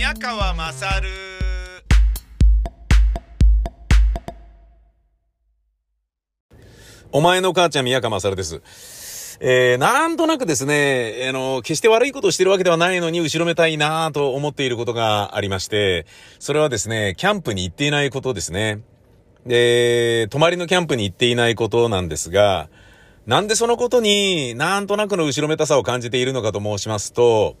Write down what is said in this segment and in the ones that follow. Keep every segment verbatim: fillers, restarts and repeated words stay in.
宮川勝。 お前の母ちゃん宮川勝です。えー、なんとなくですね、あの、決して悪いことをしてるわけではないのに後ろめたいなぁと思っていることがありまして、それはですね、キャンプに行っていないことですね。で、泊まりのキャンプに行っていないことなんですが、なんでそのことになんとなくの後ろめたさを感じているのかと申しますと、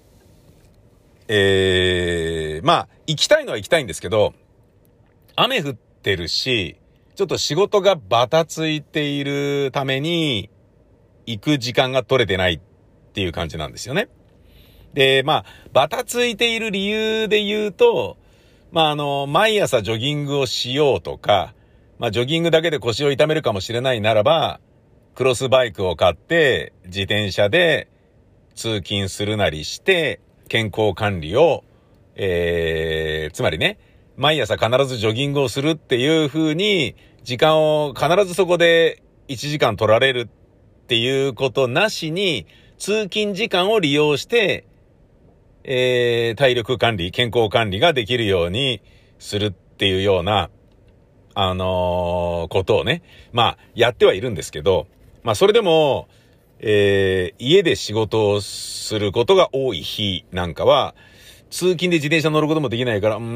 えー、まあ、行きたいのは行きたいんですけど、雨降ってるし、ちょっと仕事がバタついているために、行く時間が取れてないっていう感じなんですよね。で、まあ、バタついている理由で言うと、まあ、あの、毎朝ジョギングをしようとか、まあ、ジョギングだけで腰を痛めるかもしれないならば、クロスバイクを買って、自転車で通勤するなりして、健康管理を、えー、つまりね、毎朝必ずジョギングをするっていう風に、時間を必ずそこでいちじかん取られるっていうことなしに、通勤時間を利用して、えー、体力管理、健康管理ができるようにするっていうような、あのー、ことをね、まあ、やってはいるんですけど、まあ、それでも、えー、家で仕事をすることが多い日なんかは、通勤で自転車乗ることもできないから、うん、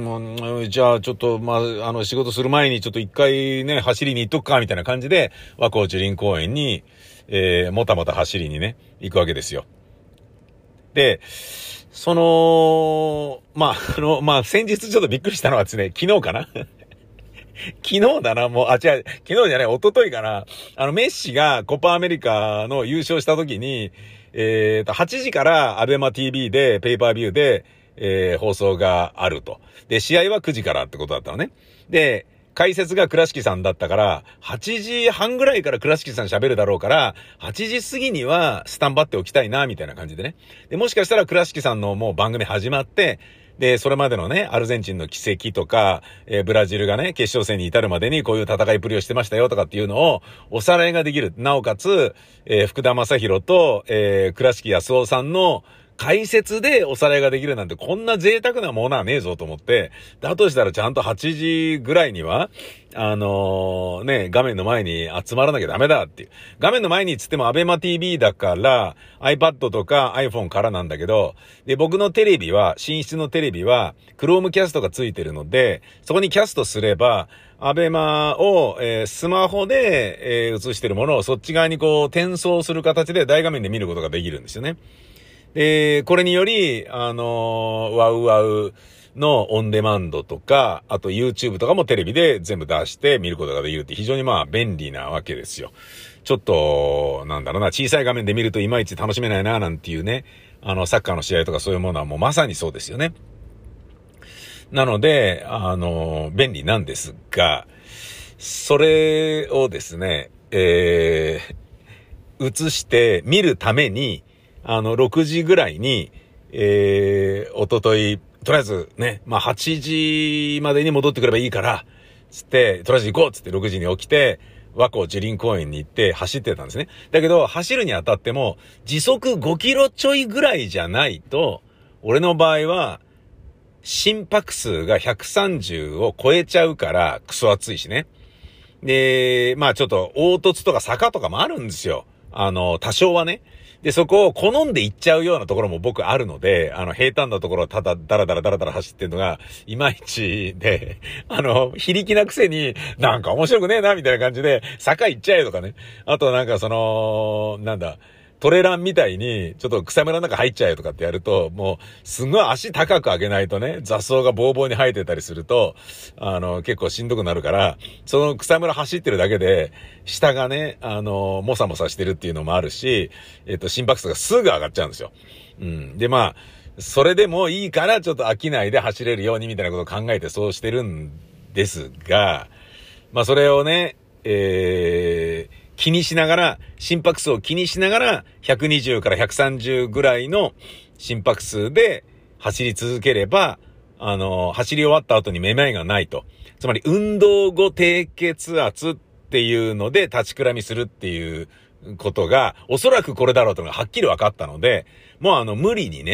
じゃあちょっと、まあ、あの、仕事する前にちょっと一回ね、走りに行っとくか、みたいな感じで、和光樹林公園に、えー、もたもた走りにね、行くわけですよ。で、その、まあ、あの、まあ、先日ちょっとびっくりしたのはですね、昨日かな昨日だな、もう、あ、違う、昨日じゃない、一昨日かな。あの、メッシがコパアメリカの優勝した時に、えーと、はちじからアベマ ティービー で、ペーパービューで、えー、放送があると。で、試合はくじからってことだったのね。で、解説が倉敷さんだったから、はちじはんぐらいから倉敷さん喋るだろうから、はちじ過ぎにはスタンバっておきたいな、みたいな感じでね。で、もしかしたら倉敷さんのもう番組始まって、で、それまでのね、アルゼンチンの奇跡とか、えー、ブラジルがね、決勝戦に至るまでにこういう戦いプリをしてましたよとかっていうのをおさらいができる。なおかつ、えー、福田正宏と、えー、倉敷康夫さんの解説でおさらいができるなんてこんな贅沢なものはねえぞと思って、だとしたらちゃんとはちじぐらいには、あのー、ね、画面の前に集まらなきゃダメだっていう。画面の前につってもアベマ ティービー だから iPad とか iPhone からなんだけど、で、僕のテレビは、寝室のテレビは Chromecast がついてるので、そこにキャストすれば、アベマを、えー、スマホで、えー、映してるものをそっち側にこう転送する形で大画面で見ることができるんですよね。で、これにより、あのー、ワウワウのオンデマンドとか、あと YouTube とかもテレビで全部出して見ることができるって非常にまあ便利なわけですよ。ちょっと、なんだろうな、小さい画面で見るといまいち楽しめないな、なんていうね、あの、サッカーの試合とかそういうものはもうまさにそうですよね。なので、あの、便利なんですが、それをですね、えー、映して見るために、あの、ろくじぐらいに、えー、おととい、とりあえずね、まあ、はちじまでに戻ってくればいいから、つって、とりあえず行こうつってろくじに起きて、和光樹林公園に行って走ってたんですね。だけど、走るにあたっても、時速ごキロちょいぐらいじゃないと、俺の場合は、心拍数がひゃくさんじゅうを超えちゃうから、クソ暑いしね。で、まあちょっと、凹凸とか坂とかもあるんですよ。あの、多少はね。で、そこを好んで行っちゃうようなところも僕あるので、あの、平坦なところをただ、だらだらだらだら走ってるのが、いまいちで、あの、非力なくせに、なんか面白くねえな、みたいな感じで、坂行っちゃえとかね。あとなんかその、なんだ、トレランみたいに、ちょっと草むらの中入っちゃえとかってやると、もう、すごい足高く上げないとね、雑草がボーボーに生えてたりすると、あの、結構しんどくなるから、その草むら走ってるだけで、下がね、あの、もさもさしてるっていうのもあるし、えっと、心拍数がすぐ上がっちゃうんですよ。うん。で、まあ、それでもいいから、ちょっと飽きないで走れるようにみたいなことを考えてそうしてるんですが、まあ、それをね、えー、気にしながら、心拍数を気にしながら、ひゃくにじゅうからひゃくさんじゅうぐらいの心拍数で走り続ければ、あの、走り終わった後にめまいがないと。つまり、運動後低血圧っていうので立ちくらみするっていうことが、おそらくこれだろうというのがはっきり分かったので、もうあの、無理にね、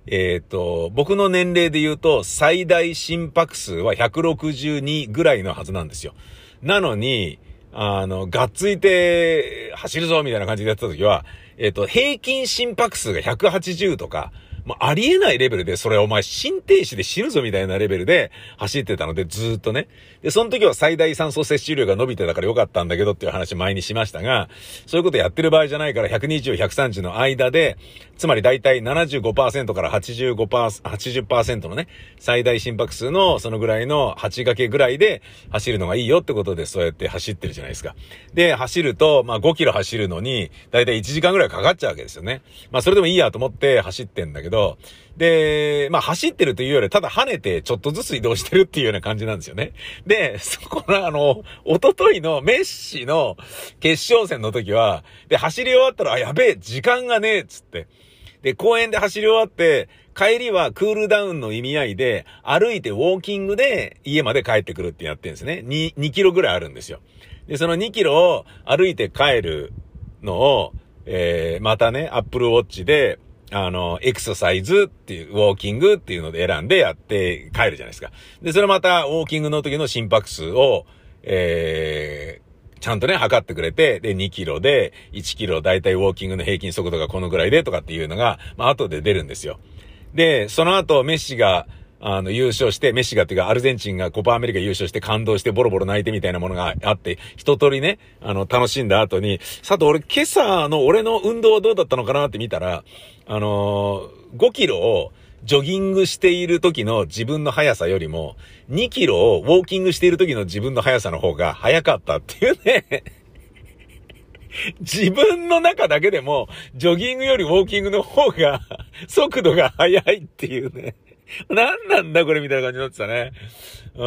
えっと、僕の年齢で言うと、最大心拍数はひゃくろくじゅうにぐらいのはずなんですよ。なのに、あの、がっついて走るぞみたいな感じでやってた時は、えっと、平均心拍数がひゃくはちじゅうとか、もうありえないレベルで、それお前心停止で死ぬぞみたいなレベルで走ってたので、ずーっとね。で、その時は最大酸素摂取量が伸びてたからよかったんだけどっていう話前にしましたが、そういうことやってる場合じゃないからひゃくにじゅう、ひゃくさんじゅうの間で、つまりだいたい ななじゅうごパーセント から はちじゅうごパーセント、はちじゅっパーセント のね、最大心拍数のそのぐらいのはち掛けぐらいで走るのがいいよってことでそうやって走ってるじゃないですか。で、走ると、まあごキロ走るのに、だいたいいちじかんぐらいかかっちゃうわけですよね。まあそれでもいいやと思って走ってんだけど、で、まあ走ってるというよりただ跳ねてちょっとずつ移動してるっていうような感じなんですよね。で、そこのあの、一昨日のメッシの決勝戦の時は、で、走り終わったら、あ、やべえ、時間がねえ、つって。で、公園で走り終わって、帰りはクールダウンの意味合いで、歩いてウォーキングで家まで帰ってくるってやってるんですね。に、にキロぐらいあるんですよ。で、そのにキロを歩いて帰るのを、えー、またね、Apple Watch で、あの、エクササイズっていう、ウォーキングっていうので選んでやって帰るじゃないですか。で、それまたウォーキングの時の心拍数を、えー、ちゃんとね、測ってくれて、で、にキロで、いちキロ、だいたいウォーキングの平均速度がこのぐらいでとかっていうのが、まあ、後で出るんですよ。で、その後、メッシが、あの、優勝して、メッシがっていうか、アルゼンチンがコパアメリカ優勝して感動してボロボロ泣いてみたいなものがあって、一通りね、あの、楽しんだ後に、さて俺、今朝の俺の運動はどうだったのかなって見たら、あのー、ごキロをジョギングしている時の自分の速さよりも、にキロをウォーキングしている時の自分の速さの方が速かったっていうね。自分の中だけでも、ジョギングよりウォーキングの方が、速度が速いっていうね。なんなんだこれみたいな感じになってたね。うん。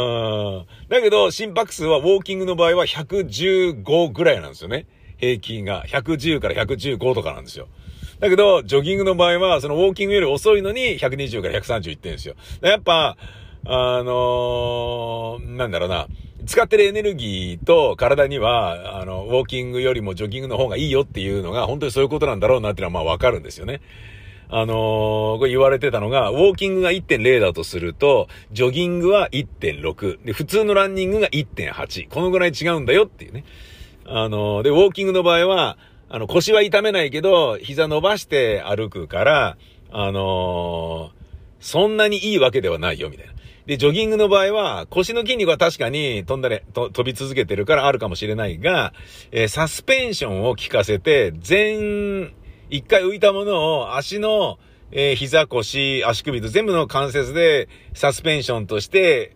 だけど、心拍数はウォーキングの場合はひゃくじゅうごぐらいなんですよね。平均が。ひゃくじゅうからひゃくじゅうごとかなんですよ。だけど、ジョギングの場合は、そのウォーキングより遅いのにひゃくにじゅうからひゃくさんじゅういってるんですよ。やっぱ、あのー、なんだろうな。使ってるエネルギーと体には、あの、ウォーキングよりもジョギングの方がいいよっていうのが、本当にそういうことなんだろうなっていうのはまあわかるんですよね。あのー、これ言われてたのが、ウォーキングが いってんゼロ だとすると、ジョギングは いってんろく。で、普通のランニングが いってんはち。このぐらい違うんだよっていうね。あのー、で、ウォーキングの場合は、あの、腰は痛めないけど、膝伸ばして歩くから、あのー、そんなにいいわけではないよ、みたいな。で、ジョギングの場合は、腰の筋肉は確かに飛んだり、と飛び続けてるからあるかもしれないが、えー、サスペンションを効かせて、全、一回浮いたものを足の、えー、膝、腰、足首と全部の関節でサスペンションとして、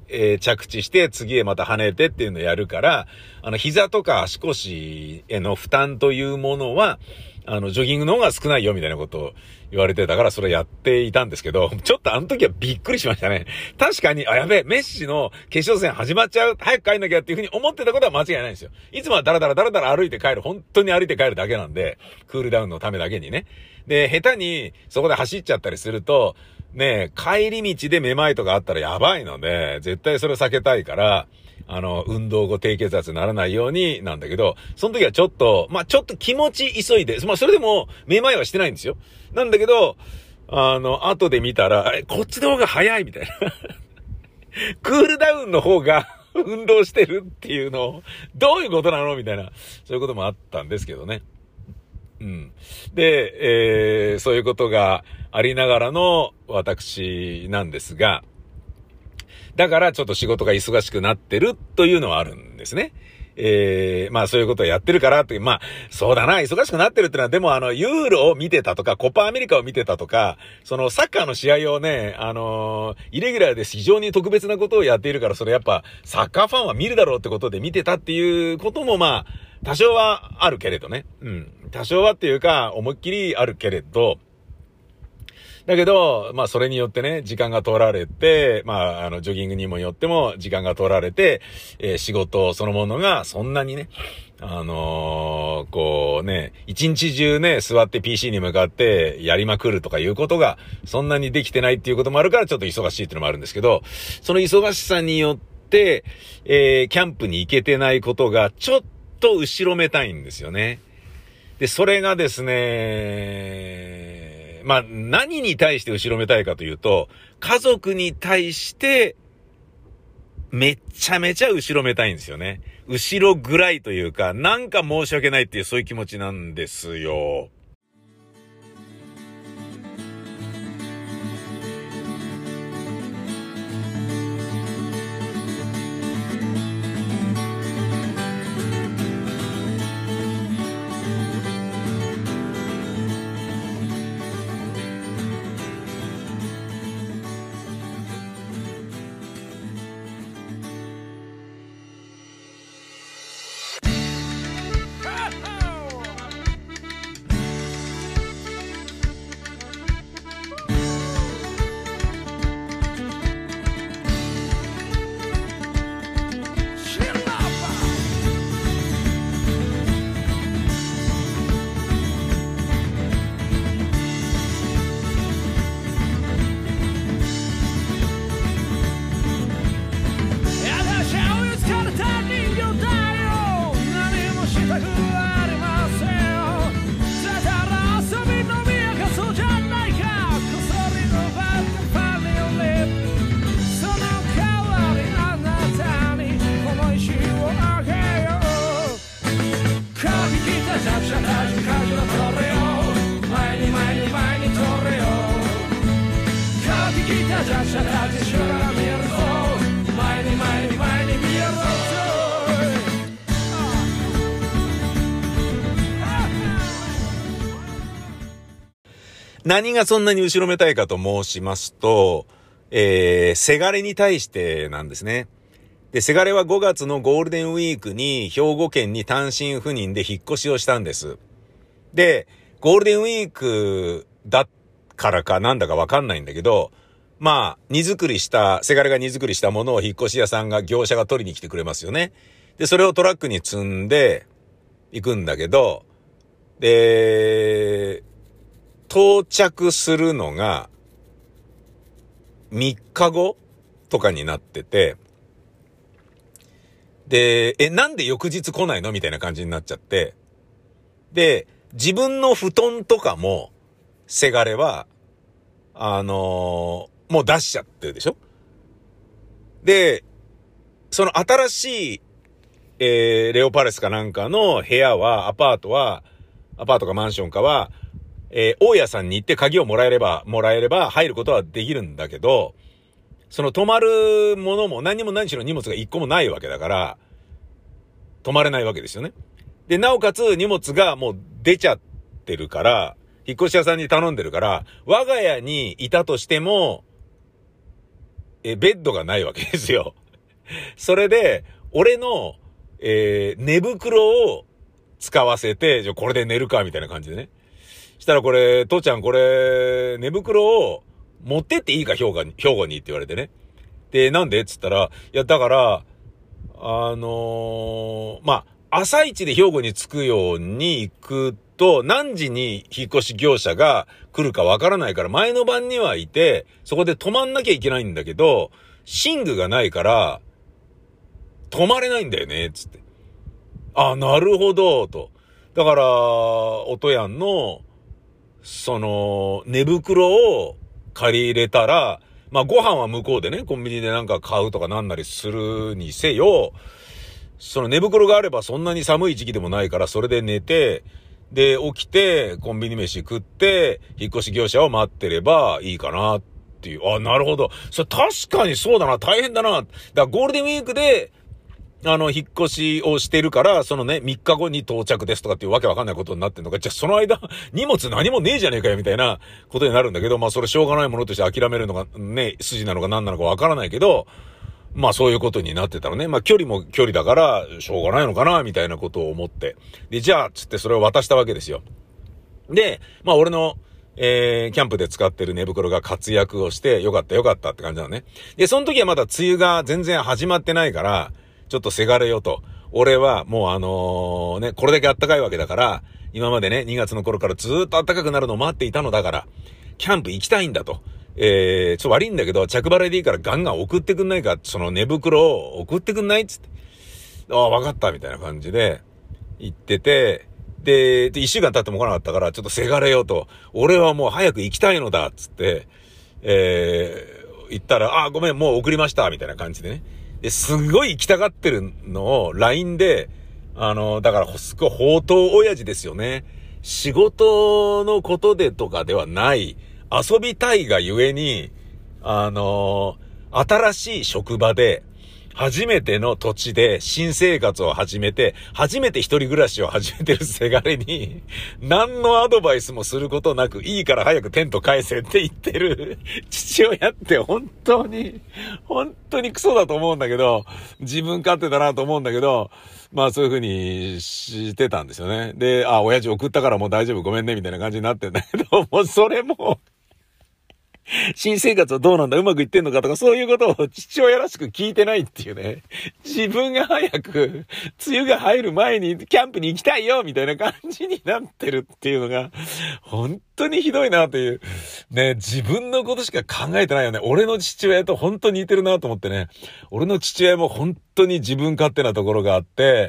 えー、着地して次へまた跳ねてっていうのをやるから、あの、膝とか足腰への負担というものは、あの、ジョギングの方が少ないよみたいなことを言われてたからそれやっていたんですけど、ちょっとあの時はびっくりしましたね。確かに、あ、やべえ、メッシの決勝戦始まっちゃう、早く帰んなきゃっていうふうに思ってたことは間違いないんですよ。いつもはダラダラダラダラ歩いて帰る、本当に歩いて帰るだけなんで、クールダウンのためだけにね。で、下手にそこで走っちゃったりすると、ね、帰り道でめまいとかあったらやばいので、絶対それを避けたいから、あの、運動後低血圧にならないようになんだけど、その時はちょっと、まあ、ちょっと気持ち急いで、まあ、それでも、めまいはしてないんですよ。なんだけど、あの、後で見たら、え、こっちの方が早いみたいな。クールダウンの方が運動してるっていうのを、どういうことなのみたいな、そういうこともあったんですけどね。うん。で、えー、そういうことがありながらの私なんですが、だからちょっと仕事が忙しくなってるというのはあるんですね。えー、まあそういうことをやってるからって、まあそうだな、忙しくなってるってのは、でもあの、ユーロを見てたとか、コパアメリカを見てたとか、そのサッカーの試合をね、あのー、イレギュラーで非常に特別なことをやっているから、それやっぱサッカーファンは見るだろうってことで見てたっていうこともまあ、多少はあるけれどね。うん。多少はっていうか、思いっきりあるけれど、だけど、まあそれによってね、時間が取られて、まああの、ジョギングにもよっても時間が取られて、えー、仕事そのものがそんなにね、あのー、こうね、一日中ね、座って ピーシー に向かってやりまくるとかいうことが、そんなにできてないっていうこともあるから、ちょっと忙しいっていうのもあるんですけど、その忙しさによって、えー、キャンプに行けてないことが、ちょっと後ろめたいんですよね。で、それがですね、 ー、まあ、何に対して後ろめたいかというと、家族に対して、めっちゃめちゃ後ろめたいんですよね。後ろぐらいというか、なんか申し訳ないっていうそういう気持ちなんですよ。何がそんなに後ろめたいかと申しますと、えー、せがれに対してなんですね。で、せがれはごがつのゴールデンウィークに兵庫県に単身赴任で引っ越しをしたんです。で、ゴールデンウィークだからかなんだかわかんないんだけど、まあ、荷造りした、せがれが荷造りしたものを引っ越し屋さんが、業者が取りに来てくれますよね。で、それをトラックに積んで行くんだけど、で、到着するのがみっかごとかになってて、で、え、なんで翌日来ないのみたいな感じになっちゃって、で、自分の布団とかも、せがれは、あのー、もう出しちゃってるでしょ？で、その新しい、えー、レオパレスかなんかの部屋は、アパートは、アパートかマンションかは、えー、大家さんに行って鍵をもらえれば、もらえれば入ることはできるんだけど、その泊まるものも何にも何しろ荷物が一個もないわけだから、泊まれないわけですよね。で、なおかつ荷物がもう出ちゃってるから、引っ越し屋さんに頼んでるから、我が家にいたとしても、え、ベッドがないわけですよ。それで、俺の、えー、寝袋を使わせて、じゃあこれで寝るか、みたいな感じでね。したらこれ、父ちゃんこれ、寝袋を持ってっていいか、兵庫に、兵庫にって言われてね。で、なんでっつったら、いや、だから、あのー、まあ、朝一で兵庫に着くように行くと、何時に引っ越し業者が来るかわからないから、前の晩にはいて、そこで泊まんなきゃいけないんだけど、寝具がないから、泊まれないんだよね、つって。あ、なるほど、と。だから、おとやんの、その、寝袋を借り入れたら、まあご飯は向こうでね、コンビニでなんか買うとかなんなりするにせよ、その寝袋があればそんなに寒い時期でもないから、それで寝て、で、起きて、コンビニ飯食って、引っ越し業者を待ってればいいかなっていう。あ、なるほど。それ確かにそうだな、大変だな。だからゴールデンウィークで、あの、引っ越しをしてるから、そのね、みっかごに到着ですとかっていうわけわかんないことになってんのか。じゃあその間、荷物何もねえじゃねえかよみたいなことになるんだけど、まあそれしょうがないものとして諦めるのがね、筋なのか何なのかわからないけど、まあそういうことになってたのね。まあ距離も距離だから、しょうがないのかなみたいなことを思って。で、じゃあ、つってそれを渡したわけですよ。で、まあ俺の、えー、キャンプで使ってる寝袋が活躍をして、よかったよかったって感じなのね。で、その時はまだ梅雨が全然始まってないから、ちょっとせがれよと。俺はもうあのね、これだけ暖かいわけだから、今までね、にがつの頃からずーっと暖かくなるのを待っていたのだから、キャンプ行きたいんだと。えー、ちょっと悪いんだけど、着払いでいいからガンガン送ってくんないか、その寝袋を送ってくんないっつって。ああ、わかったみたいな感じで、行ってて、 で、で、一週間経っても来なかったから、ちょっとせがれよと。俺はもう早く行きたいのだ、つって、えー、言ったら、あ、ごめん、もう送りました、みたいな感じでね。で、すんごい行きたがってるのを ライン で、あの、だから、すごい宝刀親父ですよね。仕事のことでとかではない、遊びたいがゆえに、あの、新しい職場で、初めての土地で新生活を始めて、初めて一人暮らしを始めてるせがれに、何のアドバイスもすることなく、いいから早くテント返せって言ってる父親って本当に、本当にクソだと思うんだけど、自分勝手だなと思うんだけど、まあそういう風にしてたんですよね。で、あ、親父送ったからもう大丈夫ごめんねみたいな感じになってんだけど、もうそれも、新生活はどうなんだうまくいってんのかとかそういうことを父親らしく聞いてないっていうね。自分が早く梅雨が入る前にキャンプに行きたいよみたいな感じになってるっていうのが本当にひどいなという。ね、自分のことしか考えてないよね。俺の父親と本当に似てるなと思ってね。俺の父親も本当に自分勝手なところがあって、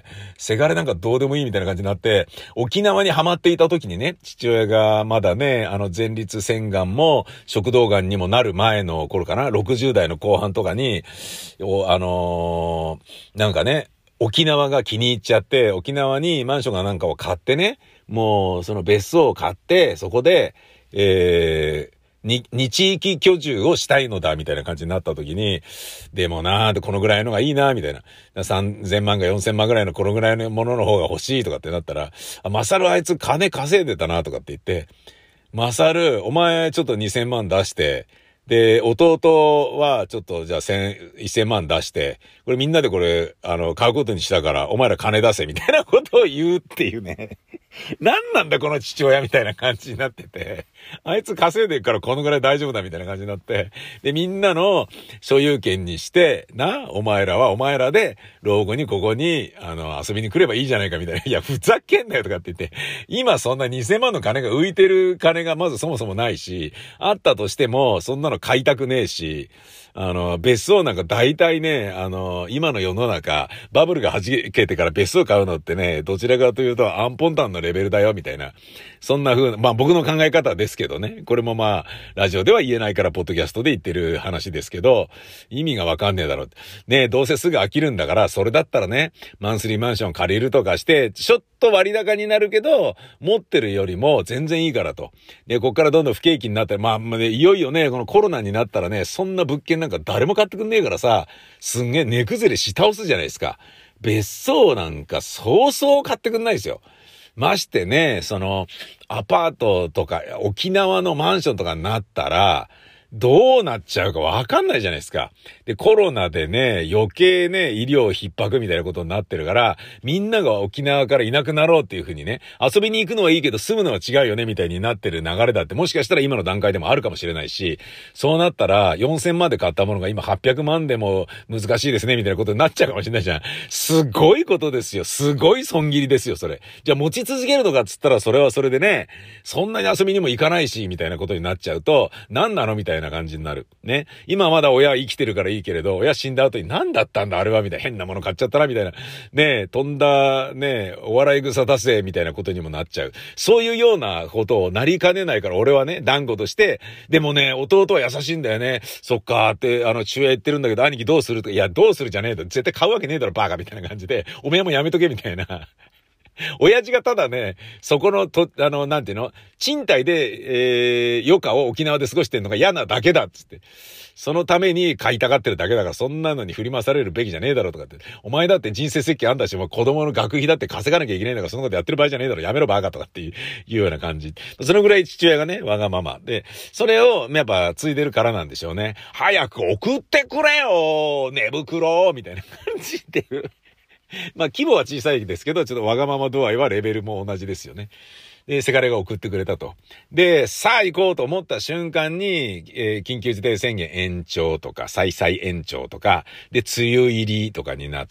せがれなんかどうでもいいみたいな感じになって、沖縄にハマっていた時にね、父親がまだね、あの前立腺がんも食道がんにもなる前の頃かな、ろくじゅう代の後半とかに、あのー、なんかね、沖縄が気に入っちゃって、沖縄にマンションがなんかを買ってね、もうその別荘を買って、そこで、えー、に、に地域居住をしたいのだ、みたいな感じになった時に、でもなーってこのぐらいのがいいなーみたいな。さんぜんまんかよんせんまんぐらいのこのぐらいのものの方が欲しいとかってなったら、あ、マサルあいつ金稼いでたなとかって言って、マサル、お前ちょっとにせんまん出して、で、弟はちょっとじゃあ千、いっせんまん出して、これみんなでこれ、あの、買うことにしたから、お前ら金出せみたいなことを言うっていうね。何なんだこの父親みたいな感じになってて、あいつ稼いでるからこのぐらい大丈夫だみたいな感じになって、で、みんなの所有権にして、な、お前らはお前らで、老後にここに、あの、遊びに来ればいいじゃないかみたいな。いや、ふざけんなよとかって言って、今そんなにせんまんの金が浮いてる金がまずそもそもないし、あったとしても、そんなの買いたくねえし、あの、別荘なんか大体ね、あの、今の世の中、バブルが弾けてから別荘買うのってね、どちらかというとアンポンタンのレベルだよ、みたいな。そんな風な、まあ僕の考え方ですけどね。これもまあ、ラジオでは言えないから、ポッドキャストで言ってる話ですけど、意味がわかんねえだろう。ねえ、どうせすぐ飽きるんだから、それだったらね、マンスリーマンション借りるとかして、ちょっと割高になるけど、持ってるよりも全然いいからと。で、こっからどんどん不景気になって、まあ、まあね、いよいよね、このコロナになったらね、そんな物件なんか誰も買ってくんねえからさ、すんげえ値崩れし倒すじゃないですか。別荘なんかそうそう買ってくんないですよ。ましてね、その、アパートとか、沖縄のマンションとかになったら、どうなっちゃうかわかんないじゃないですか。で、コロナでね、余計ね、医療逼迫みたいなことになってるから、みんなが沖縄からいなくなろうっていう風にね、遊びに行くのはいいけど住むのは違うよね、みたいになってる流れだって、もしかしたら今の段階でもあるかもしれないし、そうなったら、よんせんまんで買ったものが今はっぴゃくまんでも難しいですね、みたいなことになっちゃうかもしれないじゃん。すごいことですよ。すごい損切りですよ、それ。じゃあ持ち続けるのかっつったら、それはそれでね、そんなに遊びにも行かないし、みたいなことになっちゃうと、なんなのみたいなな感じになる。ね。今まだ親生きてるからいいけれど、親死んだ後に何だったんだあれはみたいな変なもの買っちゃったなみたいな。ねえ、飛んだね、お笑い草出せみたいなことにもなっちゃう。そういうようなことをなりかねないから俺はね、団子として、でもね、弟は優しいんだよね。そっかーって、あの、父親言ってるんだけど、兄貴どうするとか、いや、どうするじゃねえと。絶対買うわけねえだろ、バカみたいな感じで、おめえもやめとけみたいな。親父がただね、そこのと、あの、なんていうの、賃貸で、えー、余暇を沖縄で過ごしてんのが嫌なだけだっつって。そのために買いたがってるだけだから、そんなのに振り回されるべきじゃねえだろとかって。お前だって人生設計あんだし、もう子供の学費だって稼がなきゃいけないんだから、そのことやってる場合じゃねえだろ、やめろバカとかっていう、いうような感じ。そのぐらい父親がね、わがまま。で、それを、やっぱ、継いでるからなんでしょうね。早く送ってくれよ寝袋みたいな感じで。まあ規模は小さいですけど、ちょっとわがまま度合いはレベルも同じですよね。で、せがれが送ってくれたと。で、さあ行こうと思った瞬間に、えー、緊急事態宣言延長とか、再々延長とか、で、梅雨入りとかになって、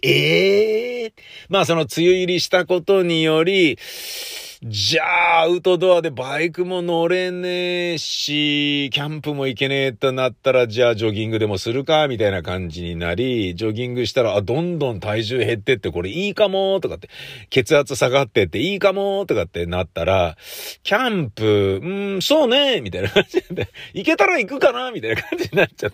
ええー、まあその梅雨入りしたことにより、じゃあアウトドアでバイクも乗れねえし、キャンプも行けねえとなったら、じゃあジョギングでもするかみたいな感じになり、ジョギングしたら、あ、どんどん体重減ってってこれいいかもとかって、血圧下がってっていいかもとかってなったら、キャンプ、うーん、そうねみたいな感じで、行けたら行くかなみたいな感じになっちゃって。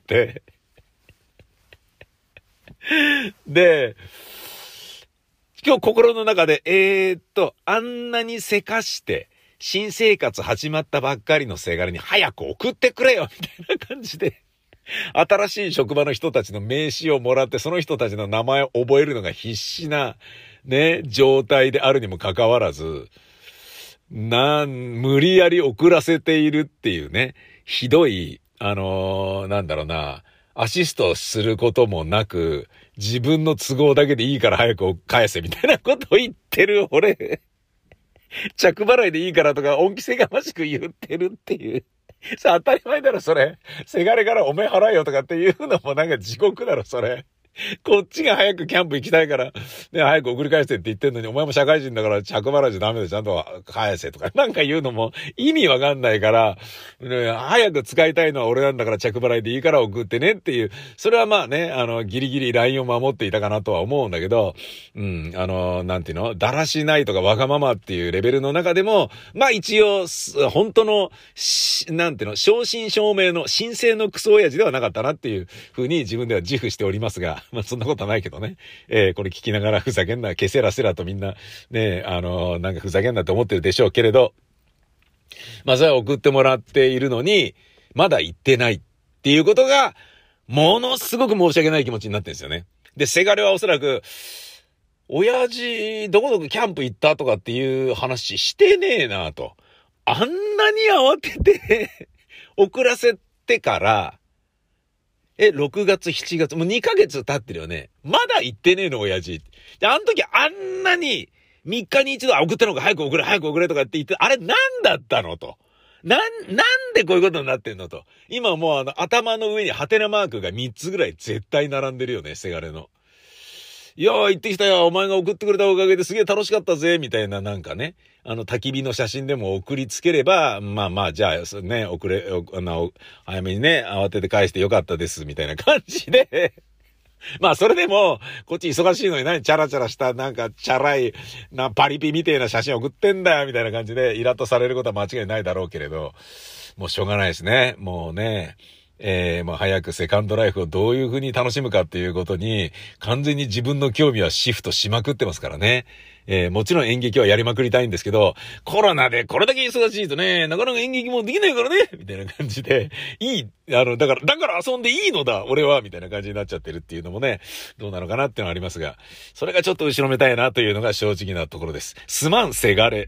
で、今日心の中で、えーっと、あんなにせかして、新生活始まったばっかりのせがれに早く送ってくれよみたいな感じで、新しい職場の人たちの名刺をもらって、その人たちの名前を覚えるのが必死な、ね、状態であるにもかかわらず、なん、無理やり送らせているっていうね、ひどい、あのー、なんだろうな、アシストすることもなく、自分の都合だけでいいから早く返せみたいなことを言ってる俺。着払いでいいからとか恩着せがましく言ってるっていう。さあ当たり前だろそれ。せがれからお前払えよとかっていうのもなんか地獄だろそれ。こっちが早くキャンプ行きたいから、ね、早く送り返してって言ってんのに、お前も社会人だから着払いじゃダメでちゃんと返せとか、なんか言うのも意味わかんないから、ね、早く使いたいのは俺なんだから着払いでいいから送ってねっていう、それはまあね、あの、ギリギリラインを守っていたかなとは思うんだけど、うん、あの、なんていうの、だらしないとかわがままっていうレベルの中でも、まあ一応、本当の、なんていうの、正真正銘の神聖のクソ親父ではなかったなっていうふうに自分では自負しておりますが、まあそんなことはないけどね。えー、これ聞きながらふざけんな、ケセラセラとみんな、ね、あのー、なんかふざけんなって思ってるでしょうけれど、まあそれは送ってもらっているのに、まだ行ってないっていうことが、ものすごく申し訳ない気持ちになってるんですよね。で、せがれはおそらく、親父、どこどこキャンプ行ったとかっていう話してねえなと。あんなに慌てて送らせてから、え、ろくがつ、しちがつ、もうにかげつ経ってるよね。まだ行ってねえの、親父。で、あの時あんなに、みっかに一度、あ、送ったのか、早く送れ、早く送れとかって言って、あれ何だったのと。なん、なんでこういうことになってんのと。今もうあの、頭の上にハテナマークがみっつぐらい絶対並んでるよね、せがれの。いやー、行ってきたよ、お前が送ってくれたおかげですげえ楽しかったぜ、みたいななんかね、あの、焚き火の写真でも送りつければ、まあまあ、じゃあ、ね、送れ、あの、早めにね、慌てて返してよかったです、みたいな感じで、まあ、それでも、こっち忙しいのに何チャラチャラした、なんか、チャラい、な、パリピみたいな写真送ってんだよ、みたいな感じで、イラッとされることは間違いないだろうけれど、もうしょうがないですね。もうね、えー、もう早くセカンドライフをどういう風に楽しむかっていうことに、完全に自分の興味はシフトしまくってますからね。えー、もちろん演劇はやりまくりたいんですけど、コロナでこれだけ忙しいとね、なかなか演劇もできないからね、みたいな感じで、いい、あの、だから、だから遊んでいいのだ、俺は、みたいな感じになっちゃってるっていうのもね、どうなのかなっていうのはありますが、それがちょっと後ろめたいなというのが正直なところです。すまん、せがれ。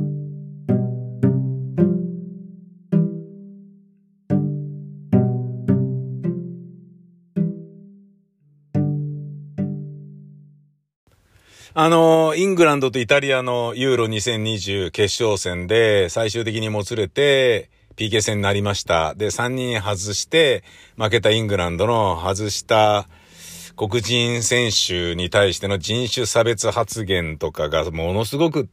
あの、イングランドとイタリアのユーロにせんにじゅう決勝戦で最終的にもつれて ピーケー 戦になりました。で、さんにん外して負けたイングランドの外した黒人選手に対しての人種差別発言とかがものすごくって、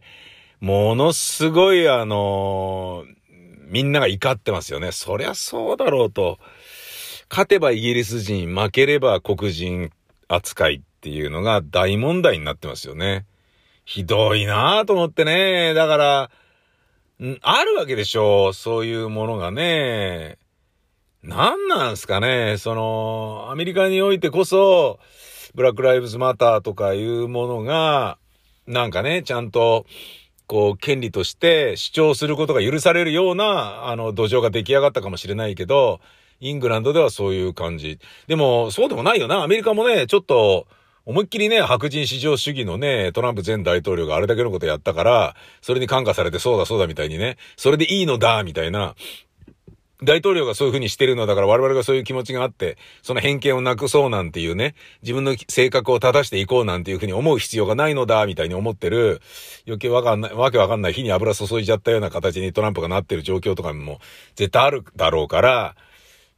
ものすごいあの、みんなが怒ってますよね。そりゃそうだろうと。勝てばイギリス人、負ければ黒人扱いっていうのが大問題になってますよね。ひどいなぁと思ってね。だから、ん、あるわけでしょ。そういうものがね。なんなんすかね。その、アメリカにおいてこそ、ブラックライブズマターとかいうものが、なんかね、ちゃんと、こう、権利として主張することが許されるような、あの、土壌が出来上がったかもしれないけど、イングランドではそういう感じ。でも、そうでもないよな。アメリカもね、ちょっと、思いっきりね、白人至上主義のね、トランプ前大統領があれだけのことやったから、それに感化されてそうだそうだみたいにね、それでいいのだ、みたいな。大統領がそういう風にしてるのだから我々がそういう気持ちがあって、その偏見をなくそうなんていうね、自分の性格を正していこうなんていう風に思う必要がないのだ、みたいに思ってる、余計わかんない、わけわかんない火に油注いじゃったような形にトランプがなってる状況とかも絶対あるだろうから、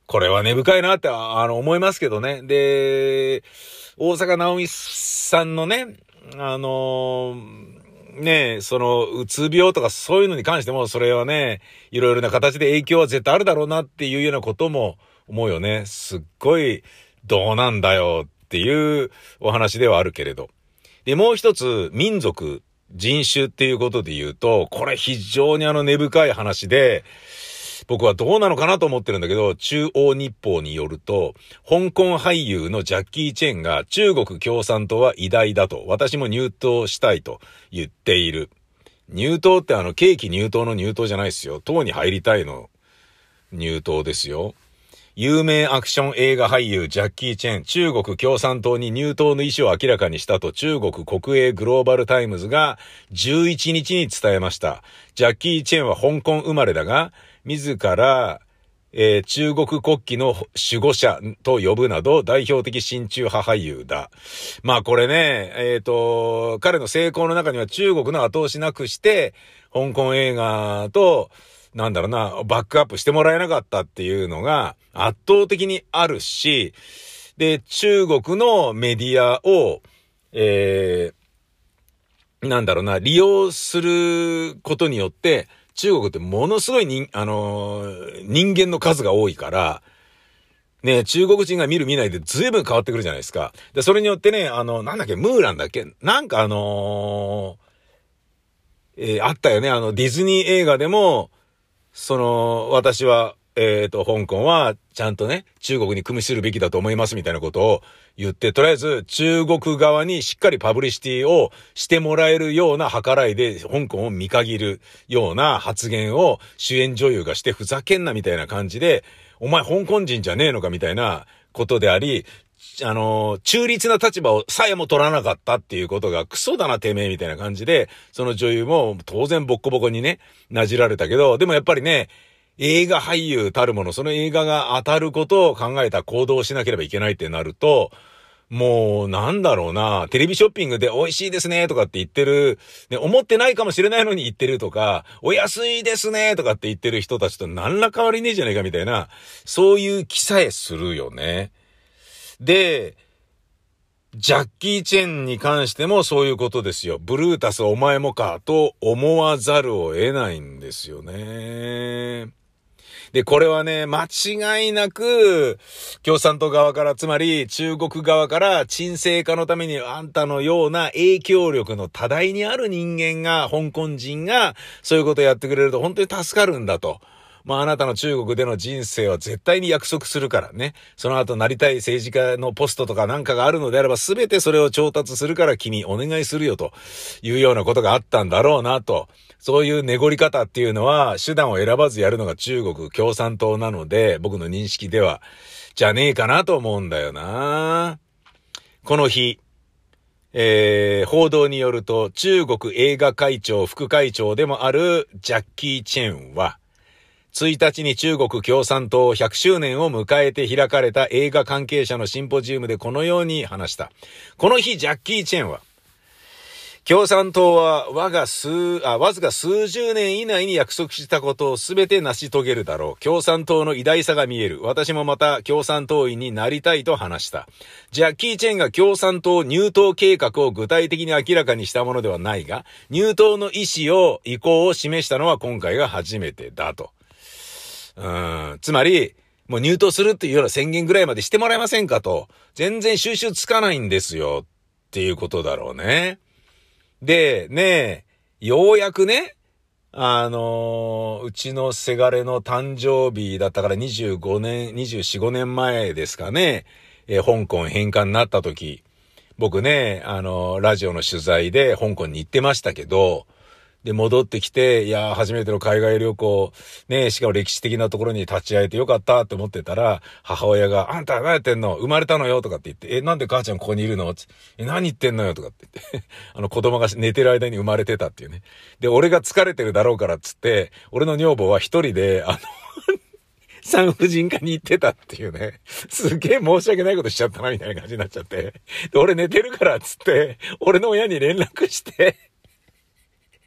これは根深いなって、あの、思いますけどね。で、大坂なおみさんのね、あのー、ね、その、うつ病とかそういうのに関しても、それはね、いろいろな形で影響は絶対あるだろうなっていうようなことも思うよね。すっごい、どうなんだよっていうお話ではあるけれど。で、もう一つ、民族、人種っていうことで言うと、これ非常にあの根深い話で、僕はどうなのかなと思ってるんだけど、中央日報によると、香港俳優のジャッキー・チェンが中国共産党は偉大だと、私も入党したいと言っている。入党ってあの、ケーキ入党の入党じゃないですよ。党に入りたいの入党ですよ。有名アクション映画俳優ジャッキー・チェン、中国共産党に入党の意思を明らかにしたと中国国営グローバルタイムズがじゅういちにちに伝えました。ジャッキー・チェンは香港生まれだが、自ら、えー、中国国旗の守護者と呼ぶなど代表的親中派俳優だ。まあこれね、えっと、彼の成功の中には中国の後押しなくして、香港映画と、なんだろうな、バックアップしてもらえなかったっていうのが圧倒的にあるし、で、中国のメディアを、えー、なんだろうな、利用することによって、中国ってものすごい人、あのー、人間の数が多いから、ね、中国人が見る見ないで随分変わってくるじゃないですか。で、それによってね、あの、なんだっけ、ムーランだっけなんかあのー、えー、あったよね、あの、ディズニー映画でも、その、私は、えっと、香港はちゃんとね、中国に組みするべきだと思いますみたいなことを言って、とりあえず中国側にしっかりパブリシティをしてもらえるような計らいで、香港を見限るような発言を主演女優がしてふざけんなみたいな感じで、お前香港人じゃねえのかみたいなことであり、あの、中立な立場をさえも取らなかったっていうことがクソだなてめえみたいな感じで、その女優も当然ボッコボコにね、なじられたけど、でもやっぱりね、映画俳優たるもの、その映画が当たることを考えた行動をしなければいけないってなると、もうなんだろうな、テレビショッピングで美味しいですねとかって言ってる、ね、思ってないかもしれないのに言ってるとか、お安いですねとかって言ってる人たちと何ら変わりねえじゃねえかみたいな、そういう気さえするよね。で、ジャッキー・チェンに関してもそういうことですよ。ブルータスお前もかと思わざるを得ないんですよね。で、これはね、間違いなく、共産党側から、つまり中国側から沈静化のためにあんたのような影響力の多大にある人間が、香港人がそういうことをやってくれると本当に助かるんだと。まああなたの中国での人生は絶対に約束するからね。その後なりたい政治家のポストとかなんかがあるのであれば全てそれを調達するから君お願いするよというようなことがあったんだろうなと。そういう寝ごり方っていうのは手段を選ばずやるのが中国共産党なので僕の認識ではじゃねえかなと思うんだよな。この日、えー、報道によると中国映画会長副会長でもあるジャッキー・チェンはいちにちに中国共産党ひゃくしゅうねんを迎えて開かれた映画関係者のシンポジウムでこのように話した。この日ジャッキー・チェンは共産党は我が数、あ、わずか数十年以内に約束したことをすべて成し遂げるだろう。共産党の偉大さが見える。私もまた共産党員になりたいと話した。ジャッキー・チェンが共産党入党計画を具体的に明らかにしたものではないが、入党の意思を、意向を示したのは今回が初めてだと。うーん、つまり、もう入党するっていうような宣言ぐらいまでしてもらえませんかと。全然収拾つかないんですよ。っていうことだろうね。で、ねえ、ようやくね、あのー、うちのせがれの誕生日だったからにじゅうごねん、にじゅうよん、ごねんまえですかね、えー、香港返還になった時、僕ね、あのー、ラジオの取材で香港に行ってましたけど、で、戻ってきて、いやー、初めての海外旅行、ねえ、しかも歴史的なところに立ち会えてよかったって思ってたら、母親が、あんた何やってんの？生まれたのよとかって言って、え、なんで母ちゃんここにいるの？え、何言ってんのよとかって言って、あの子供が寝てる間に生まれてたっていうね。で、俺が疲れてるだろうからっつって、俺の女房は一人で、あの、産婦人科に行ってたっていうね。すげえ申し訳ないことしちゃったなみたいな感じになっちゃって。で、俺寝てるからっつって、俺の親に連絡して、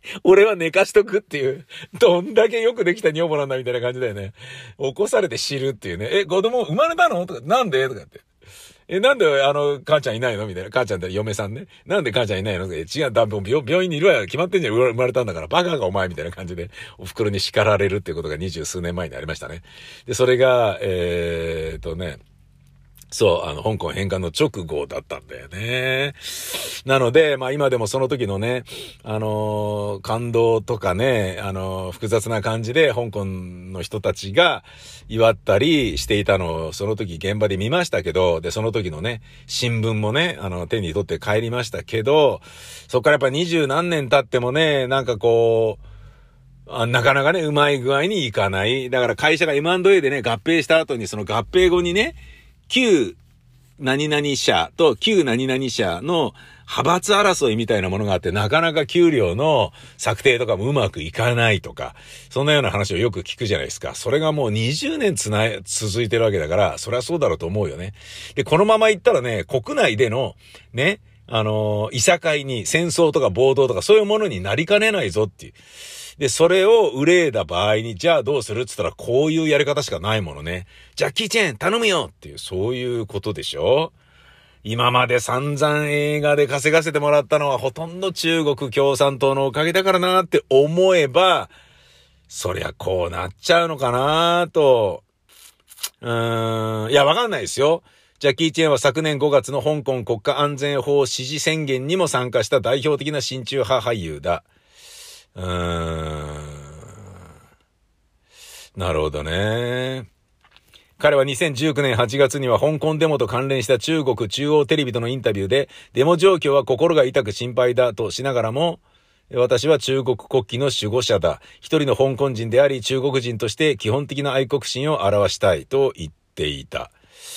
俺は寝かしとくっていう、どんだけよくできた女房なんだみたいな感じだよね。起こされて知るっていうね。え、子供生まれたのとか、なんでとかって。え、なんであの、母ちゃんいないのみたいな。母ちゃんって嫁さんね。なんで母ちゃんいないのえ、違う、だ、病病院にいるわよ。決まってんじゃん。生まれたんだから。バカかお前みたいな感じで、お袋に叱られるっていうことが二十数年前にありましたね。で、それが、えーっとね、そう、あの、香港返還の直後だったんだよね。なので、まあ今でもその時のね、あのー、感動とかね、あのー、複雑な感じで香港の人たちが祝ったりしていたのを、その時現場で見ましたけど、で、その時のね、新聞もね、あの、手に取って帰りましたけど、そっからやっぱ二十何年経ってもね、なんかこう、あなかなかね、うまい具合にいかない。だから会社が エムアンドエー でね、合併した後にその合併後にね、旧何々社と旧何々社の派閥争いみたいなものがあって、なかなか給料の策定とかもうまくいかないとか、そんなような話をよく聞くじゃないですか。それがもうにじゅうねんつな、続いてるわけだから、そりゃそうだろうと思うよね。で、このままいったらね、国内での、ね、あのー、いさかいに戦争とか暴動とかそういうものになりかねないぞっていう。で、それを憂いだ場合に、じゃあどうするって言ったら、こういうやり方しかないものね。ジャッキーチェン頼むよっていう、そういうことでしょ？今まで散々映画で稼がせてもらったのは、ほとんど中国共産党のおかげだからなって思えば、そりゃこうなっちゃうのかなと。うーん、いや、わかんないですよ。ジャッキー・チェンは昨年ごがつの香港国家安全法支持宣言にも参加した代表的な親中派俳優だ。うーん。なるほどね。彼はにせんじゅうきゅうねんはちがつには香港デモと関連した中国中央テレビとのインタビューで、デモ状況は心が痛く心配だとしながらも、私は中国国旗の守護者だ。一人の香港人であり中国人として基本的な愛国心を表したいと言っていた。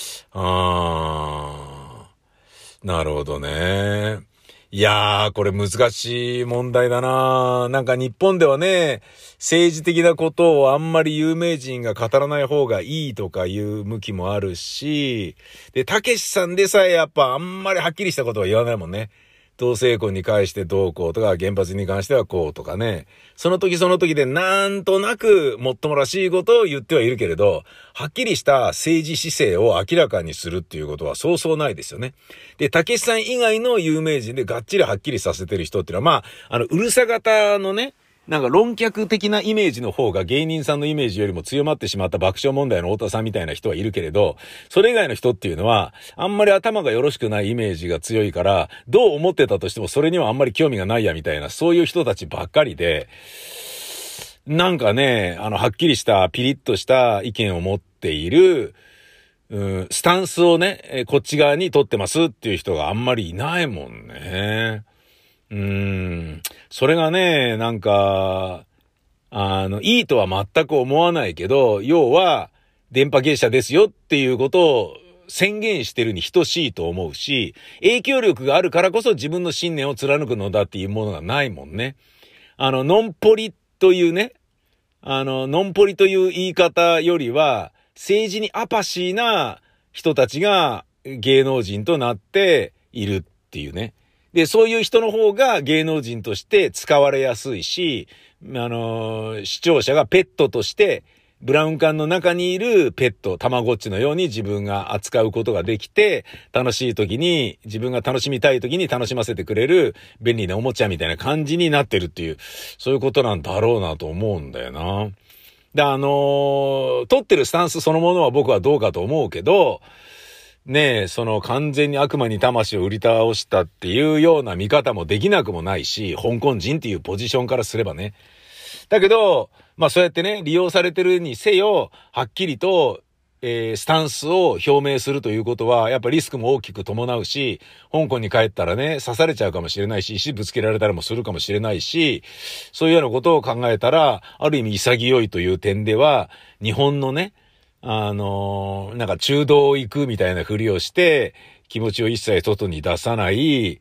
あー。なるほどね。いやー、これ難しい問題だな。なんか日本ではね、政治的なことをあんまり有名人が語らない方がいいとかいう向きもあるし、で、たけしさんでさえやっぱあんまりはっきりしたことは言わないもんね。同性婚に関してどうこうとか、原発に関してはこうとかね。その時その時でなんとなくもっともらしいことを言ってはいるけれど、はっきりした政治姿勢を明らかにするっていうことはそうそうないですよね。で、たけしさん以外の有名人でがっちりはっきりさせてる人っていうのは、まあ、あの、うるさ型のね、なんか論客的なイメージの方が芸人さんのイメージよりも強まってしまった爆笑問題の太田さんみたいな人はいるけれど、それ以外の人っていうのは、あんまり頭がよろしくないイメージが強いから、どう思ってたとしてもそれにはあんまり興味がないやみたいな、そういう人たちばっかりで、なんかね、あの、はっきりしたピリッとした意見を持っている、うん、スタンスをね、こっち側に取ってますっていう人があんまりいないもんね。うーん。それがね、なんか、あの、いいとは全く思わないけど、要は、電波芸者ですよっていうことを宣言してるに等しいと思うし、影響力があるからこそ自分の信念を貫くのだっていうものがないもんね。あの、ノンポリというね、あの、ノンポリという言い方よりは、政治にアパシーな人たちが芸能人となっているっていうね。で、そういう人の方が芸能人として使われやすいし、あのー、視聴者がペットとして、ブラウン管の中にいるペット、たまごっちのように自分が扱うことができて、楽しい時に、自分が楽しみたい時に楽しませてくれる便利なおもちゃみたいな感じになってるっていう、そういうことなんだろうなと思うんだよな。で、あのー、取ってるスタンスそのものは僕はどうかと思うけど、ねえ、その完全に悪魔に魂を売り倒したっていうような見方もできなくもないし、香港人っていうポジションからすればね。だけど、まあそうやってね、利用されてるにせよ、はっきりと、えー、スタンスを表明するということは、やっぱリスクも大きく伴うし、香港に帰ったらね、刺されちゃうかもしれないし、石ぶつけられたりもするかもしれないし、そういうようなことを考えたら、ある意味潔いという点では、日本のね、あのー、なんか中道行くみたいなふりをして、気持ちを一切外に出さない、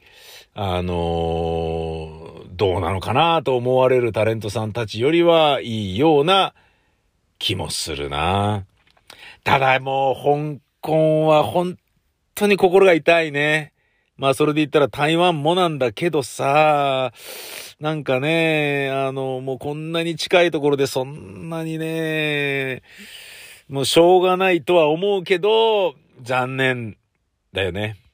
あのー、どうなのかなと思われるタレントさんたちよりはいいような気もするな。ただもう香港は本当に心が痛いね。 まあそれで言ったら台湾もなんだけどさ、なんかね、あの、もうこんなに近いところでそんなにね、もうしょうがないとは思うけど、残念だよね。